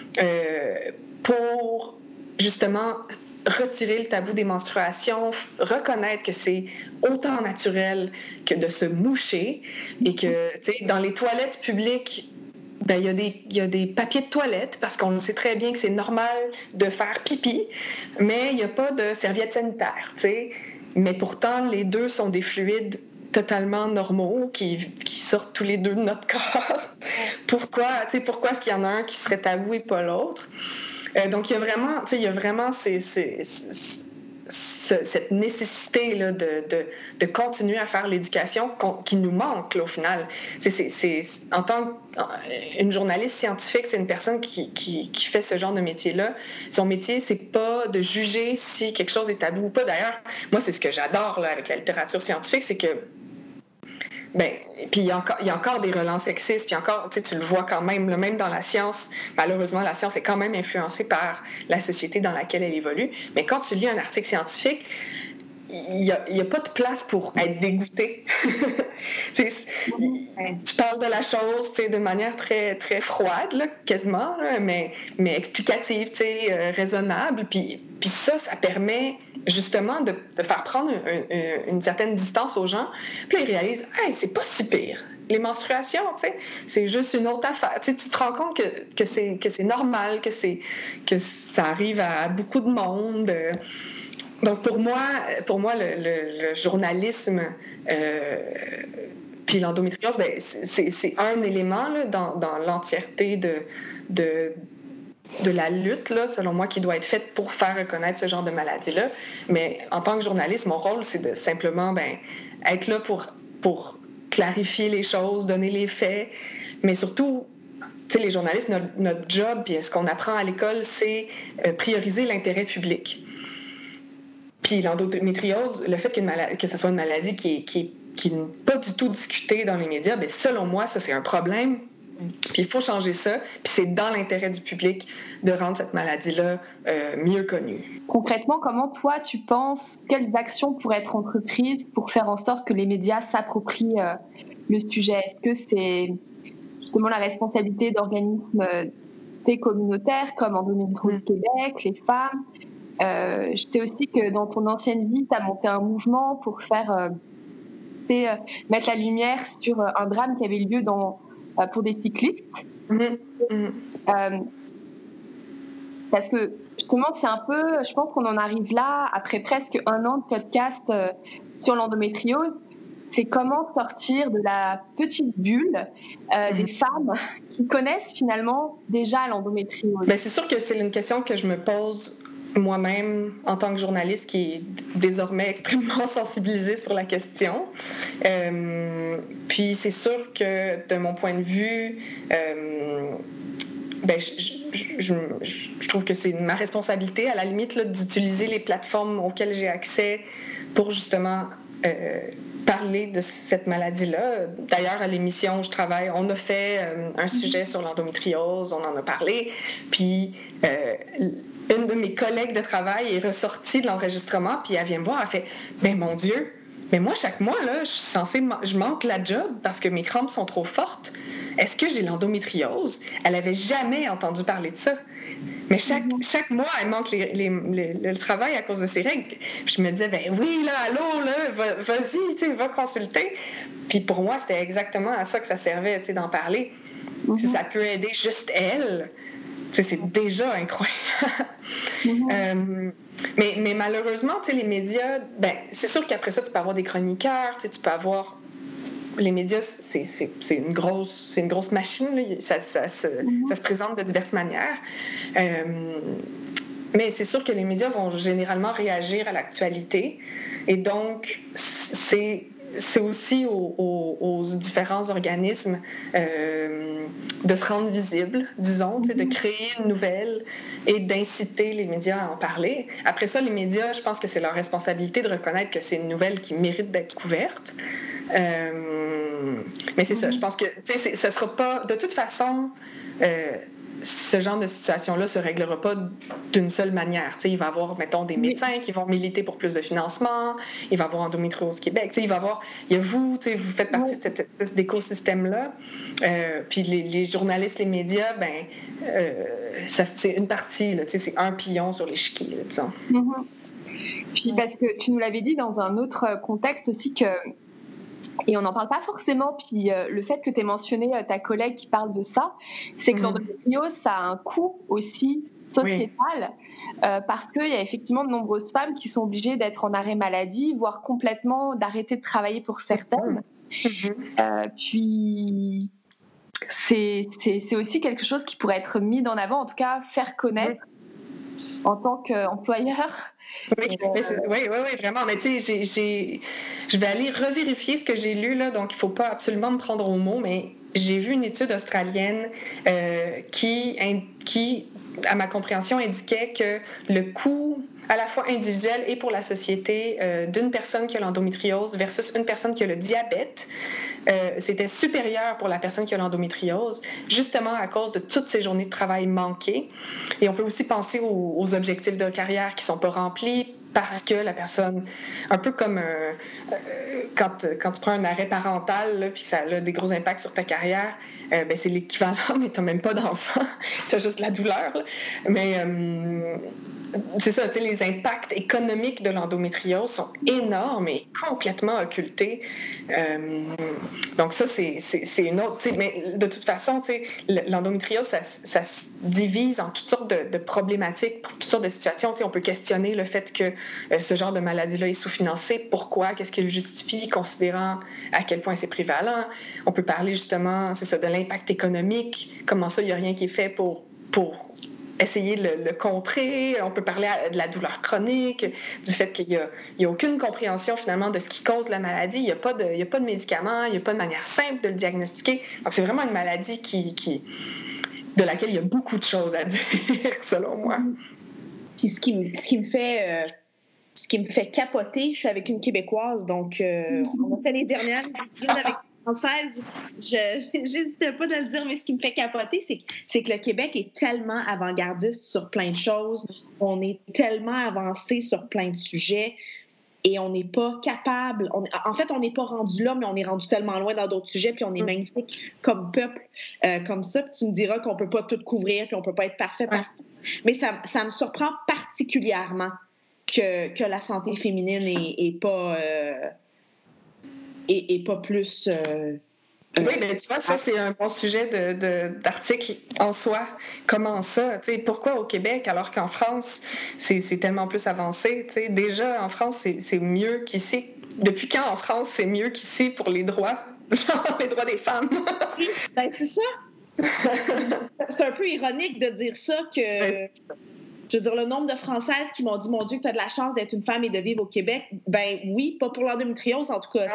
pour justement retirer le tabou des menstruations, reconnaître que c'est autant naturel que de se moucher et que, dans les toilettes publiques, il y a des papiers de toilette parce qu'on sait très bien que c'est normal de faire pipi, mais il n'y a pas de serviette sanitaire, Mais pourtant, les deux sont des fluides totalement normaux qui sortent tous les deux de notre corps. Pourquoi est-ce qu'il y en a un qui serait tabou et pas l'autre? Donc, il y a vraiment cette nécessité là, de continuer à faire l'éducation qui nous manque là, au final. En tant qu'une journaliste scientifique, c'est une personne qui fait ce genre de métier-là. Son métier, c'est pas de juger si quelque chose est tabou ou pas. D'ailleurs, moi, c'est ce que j'adore là, avec la littérature scientifique, c'est que puis il y a encore des relents sexistes, puis encore, tu le vois quand même, là, même dans la science, malheureusement, la science est quand même influencée par la société dans laquelle elle évolue. Mais quand tu lis un article scientifique, il n'y a pas de place pour être dégoûté. Tu parles de la chose de manière très, très froide, là, quasiment, là, mais explicative, raisonnable. Puis ça permet justement de faire prendre une certaine distance aux gens. Puis là, ils réalisent « Hey, c'est pas si pire. Les menstruations, c'est juste une autre affaire. » Tu te rends compte que c'est normal, que ça arrive à beaucoup de monde. Donc, pour moi le journalisme puis l'endométriose, c'est un élément là, dans l'entièreté de la lutte, là, selon moi, qui doit être faite pour faire reconnaître ce genre de maladie-là. Mais en tant que journaliste, mon rôle, c'est de simplement être là pour pour clarifier les choses, donner les faits, mais surtout, tu sais, les journalistes, notre job, puis ce qu'on apprend à l'école, c'est prioriser l'intérêt public. Puis l'endométriose, le fait que ce soit une maladie qui n'est pas du tout discutée dans les médias, bien, selon moi, ça, c'est un problème. Puis il faut changer ça. Puis c'est dans l'intérêt du public de rendre cette maladie-là mieux connue. Concrètement, comment toi, tu penses, quelles actions pourraient être entreprises pour faire en sorte que les médias s'approprient le sujet? Est-ce que c'est justement la responsabilité d'organismes communautaires comme Endométriose Québec, les femmes? Je sais aussi que dans ton ancienne vie, tu as monté un mouvement pour faire mettre la lumière sur un drame qui avait lieu pour des cyclistes. Parce que justement, c'est un peu, je pense qu'on en arrive là, après presque 1 an de podcast sur l'endométriose, c'est comment sortir de la petite bulle des femmes qui connaissent finalement déjà l'endométriose. Bien, c'est sûr que c'est une question que je me pose moi-même en tant que journaliste qui est désormais extrêmement sensibilisée sur la question. Puis c'est sûr que de mon point de vue, ben, je trouve que c'est ma responsabilité à la limite là, d'utiliser les plateformes auxquelles j'ai accès pour justement parler de cette maladie-là. D'ailleurs, à l'émission où je travaille, on a fait un sujet sur l'endométriose, on en a parlé, puis une de mes collègues de travail est ressortie de l'enregistrement, puis elle vient me voir, elle fait « Mais mon Dieu, mais moi, chaque mois, là, je manque la job parce que mes crampes sont trop fortes. Est-ce que j'ai l'endométriose? » Elle n'avait jamais entendu parler de ça. Mais chaque mois, elle manque le travail à cause de ses règles. Puis je me disais, ben oui, là, allô, là, vas-y, tu sais, va consulter. Puis pour moi, c'était exactement à ça que ça servait, tu sais, d'en parler. Si ça peut aider juste elle, tu sais, c'est déjà incroyable. Mais malheureusement, tu sais, les médias, ben, c'est sûr qu'après ça, tu peux avoir des chroniqueurs, tu sais, tu peux avoir... Les médias, c'est une grosse machine, là. Ça se présente de diverses manières. Mais c'est sûr que les médias vont généralement réagir à l'actualité. Et donc, c'est aussi aux différents organismes de se rendre visibles, disons, de créer une nouvelle et d'inciter les médias à en parler. Après ça, les médias, je pense que c'est leur responsabilité de reconnaître que c'est une nouvelle qui mérite d'être couverte. Mais c'est ça, je pense que ça sera pas... De toute façon, ce genre de situation-là se réglera pas d'une seule manière. Il va y avoir, mettons, des médecins qui vont militer pour plus de financement, il va y avoir Endométriose Québec, il y a vous faites partie de cette espèce d'écosystème-là. Puis les journalistes, les médias, c'est une partie, là, c'est un pion sur l'échiquier, là, disons. Puis parce que tu nous l'avais dit dans un autre contexte aussi que... Et on n'en parle pas forcément, puis le fait que tu aies mentionné ta collègue qui parle de ça, c'est que l'endométriose, ça a un coût aussi sociétal, parce qu'il y a effectivement de nombreuses femmes qui sont obligées d'être en arrêt maladie, voire complètement d'arrêter de travailler pour certaines. Puis c'est aussi quelque chose qui pourrait être mis en avant, en tout cas faire connaître en tant qu'employeur. Oui, vraiment. Mais tu sais, je vais aller revérifier ce que j'ai lu, là, donc il ne faut pas absolument me prendre au mot, mais j'ai vu une étude australienne qui, à ma compréhension, indiquait que le coût à la fois individuel et pour la société d'une personne qui a l'endométriose versus une personne qui a le diabète, c'était supérieur pour la personne qui a l'endométriose, justement à cause de toutes ces journées de travail manquées. Et on peut aussi penser aux objectifs de carrière qui ne sont pas remplis parce que la personne, un peu comme quand tu prends un arrêt parental là, puis que ça a des gros impacts sur ta carrière, c'est l'équivalent, mais tu n'as même pas d'enfant, tu as juste la douleur. Là. Mais c'est ça, les impacts économiques de l'endométriose sont énormes et complètement occultés. Donc ça, c'est une autre... Mais de toute façon, l'endométriose, ça se divise en toutes sortes de problématiques, pour toutes sortes de situations. On peut questionner le fait que ce genre de maladie-là est sous-financé. Pourquoi? Qu'est-ce qui le justifie, considérant à quel point c'est prévalent? On peut parler justement, c'est ça, de l'impact économique. Comment ça, il n'y a rien qui est fait pour essayer de le contrer. On peut parler de la douleur chronique, du fait qu'il n'y a aucune compréhension finalement de ce qui cause la maladie. Il n'y a pas de médicaments, il n'y a pas de manière simple de le diagnostiquer. Donc c'est vraiment une maladie de laquelle il y a beaucoup de choses à dire, selon moi. Puis ce qui me fait capoter, je suis avec une Québécoise, donc on a fait les dernières études avec une Française. J'hésitais pas de le dire, mais ce qui me fait capoter, c'est que le Québec est tellement avant-gardiste sur plein de choses. On est tellement avancé sur plein de sujets et on n'est pas capable. En fait, on n'est pas rendu là, mais on est rendu tellement loin dans d'autres sujets, puis on est magnifique comme peuple, comme ça. Puis tu me diras qu'on peut pas tout couvrir, puis on peut pas être parfait partout. Mais ça me surprend particulièrement que la santé féminine est pas plus... oui, mais tu vois, ça, c'est un bon sujet d'article en soi. Comment ça? Pourquoi au Québec, alors qu'en France, c'est tellement plus avancé? Déjà, en France, c'est mieux qu'ici. Depuis quand, en France, c'est mieux qu'ici pour les droits? Genre, les droits des femmes? Ben, c'est ça. C'est un peu ironique de dire ça que... Je veux dire, le nombre de Françaises qui m'ont dit « Mon Dieu, que tu as de la chance d'être une femme et de vivre au Québec. » Ben oui, pas pour l'endométriose, en tout cas.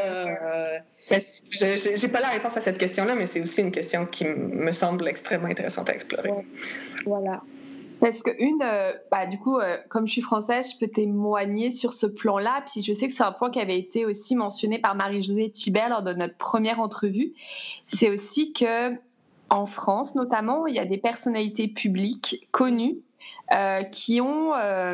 J'ai pas la réponse à cette question-là, mais c'est aussi une question qui me semble extrêmement intéressante à explorer. Ouais. Voilà. Parce que du coup, comme je suis française, je peux témoigner sur ce plan-là. Puis je sais que c'est un point qui avait été aussi mentionné par Marie-Josée Thibert lors de notre première entrevue. C'est aussi que en France, notamment, il y a des personnalités publiques connues qui ont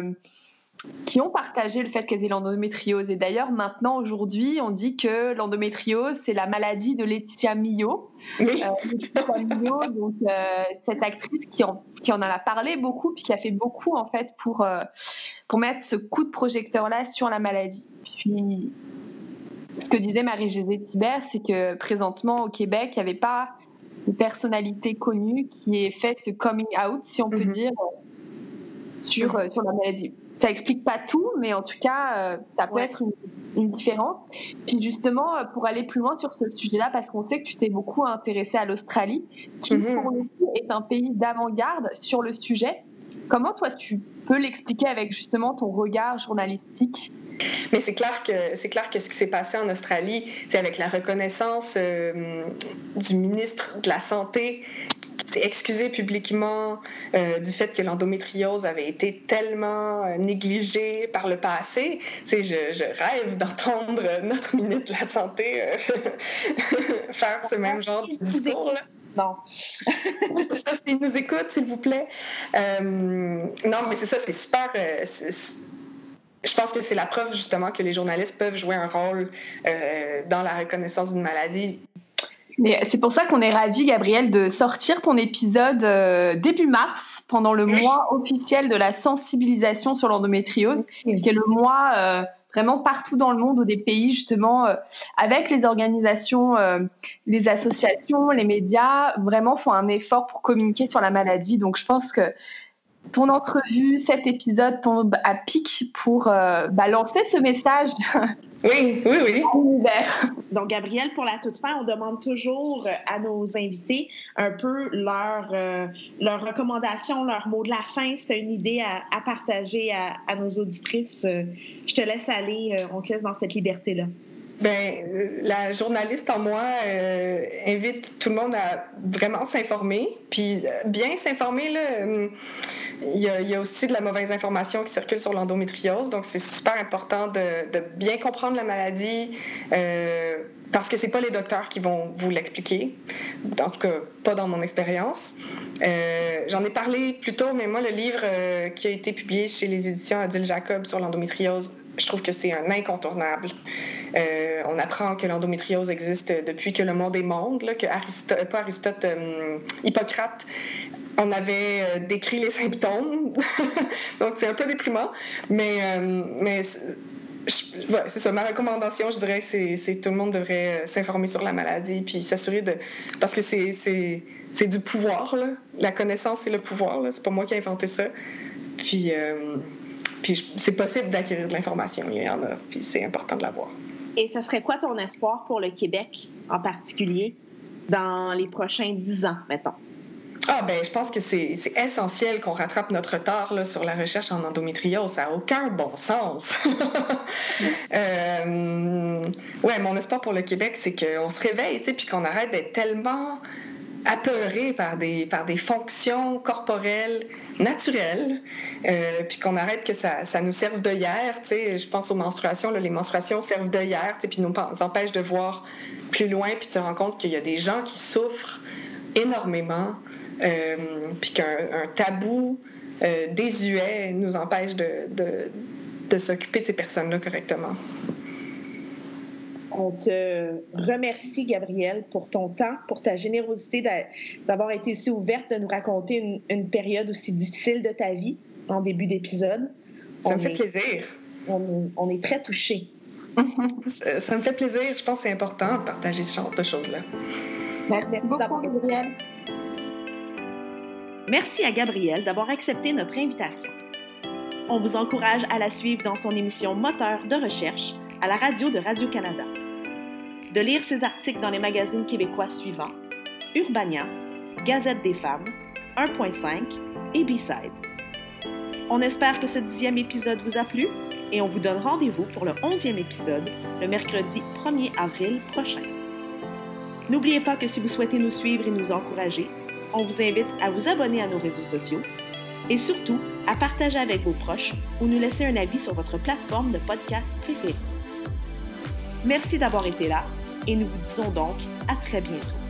partagé le fait qu'elles aient l'endométriose. Et d'ailleurs, maintenant, aujourd'hui, on dit que l'endométriose, c'est la maladie de Laetitia Millot. Oui. Laetitia Millot, donc cette actrice qui en a parlé beaucoup, puis qui a fait beaucoup, en fait, pour mettre ce coup de projecteur-là sur la maladie. Puis, ce que disait Marie-Josée Thibert, c'est que présentement, au Québec, il n'y avait pas de personnalité connue qui ait fait ce coming out, si on peut dire, sur la maladie. Ça explique pas tout, mais en tout cas, ça peut être une différence. Puis justement, pour aller plus loin sur ce sujet-là, parce qu'on sait que tu t'es beaucoup intéressée à l'Australie, qui pour le coup est un pays d'avant-garde sur le sujet. Comment toi tu peux l'expliquer avec justement ton regard journalistique? Mais c'est clair que ce qui s'est passé en Australie, c'est avec la reconnaissance du ministre de la Santé qui s'est excusé publiquement du fait que l'endométriose avait été tellement négligée par le passé. Tu sais, je rêve d'entendre notre ministre de la Santé faire ce même genre de discours-là. Non. S'il nous écoute, s'il vous plaît. Non, mais c'est ça, c'est super... je pense que c'est la preuve, justement, que les journalistes peuvent jouer un rôle dans la reconnaissance d'une maladie. Mais c'est pour ça qu'on est ravis, Gabrielle, de sortir ton épisode début mars, pendant le mois officiel de la sensibilisation sur l'endométriose, qui est le mois vraiment partout dans le monde où des pays, justement, avec les organisations, les associations, les médias, vraiment font un effort pour communiquer sur la maladie. Donc, je pense que ton entrevue, cet épisode tombe à pic pour lancer ce message. Oui. Donc, Gabrielle, pour la toute fin, on demande toujours à nos invités un peu leurs recommandations, leurs mots de la fin. Si tu as une idée à partager à nos auditrices, je te laisse aller, on te laisse dans cette liberté-là. La journaliste en moi invite tout le monde à vraiment s'informer, puis bien s'informer, là. Il y a aussi de la mauvaise information qui circule sur l'endométriose, donc c'est super important de bien comprendre la maladie, parce que c'est pas les docteurs qui vont vous l'expliquer, en tout cas pas dans mon expérience. J'en ai parlé plus tôt, mais moi le livre qui a été publié chez les éditions Odile Jacob sur l'endométriose, je trouve que c'est un incontournable. On apprend que l'endométriose existe depuis que le monde est monde, là, que Hippocrate on avait décrit les symptômes. Donc c'est un peu déprimant, mais c'est ça. Ma recommandation, je dirais que c'est tout le monde devrait s'informer sur la maladie puis s'assurer parce que c'est du pouvoir, là. La connaissance, c'est le pouvoir, là. C'est pas moi qui ai inventé ça. Puis c'est possible d'acquérir de l'information. Il y en a, puis c'est important de l'avoir. Et ça serait quoi ton espoir pour le Québec en particulier dans les prochains 10 ans, mettons? Ah ben, je pense que c'est essentiel qu'on rattrape notre retard là, sur la recherche en endométriose. Ça n'a aucun bon sens. Mon espoir pour le Québec, c'est qu'on se réveille, puis qu'on arrête d'être tellement apeuré par des fonctions corporelles naturelles, puis qu'on arrête que ça nous serve d'œillère. Je pense aux menstruations, là, les menstruations servent d'œillère, puis nous empêchent de voir plus loin, puis tu te rends compte qu'il y a des gens qui souffrent énormément, puis qu'un tabou désuet nous empêche de s'occuper de ces personnes-là correctement. On te remercie, Gabrielle, pour ton temps, pour ta générosité d'avoir été aussi ouverte, de nous raconter une période aussi difficile de ta vie en début d'épisode. Ça me fait plaisir. On est très touchés. Ça me fait plaisir. Je pense que c'est important de partager ce genre de choses-là. Merci beaucoup, Gabrielle. Merci à Gabrielle d'avoir accepté notre invitation. On vous encourage à la suivre dans son émission Moteur de recherche à la radio de Radio-Canada. De lire ses articles dans les magazines québécois suivants: Urbania, Gazette des femmes, 1.5 et B-Side. On espère que ce 10e épisode vous a plu et on vous donne rendez-vous pour le 11e épisode le mercredi 1er avril prochain. N'oubliez pas que si vous souhaitez nous suivre et nous encourager, on vous invite à vous abonner à nos réseaux sociaux et surtout à partager avec vos proches ou nous laisser un avis sur votre plateforme de podcast préférée. Merci d'avoir été là et nous vous disons donc à très bientôt.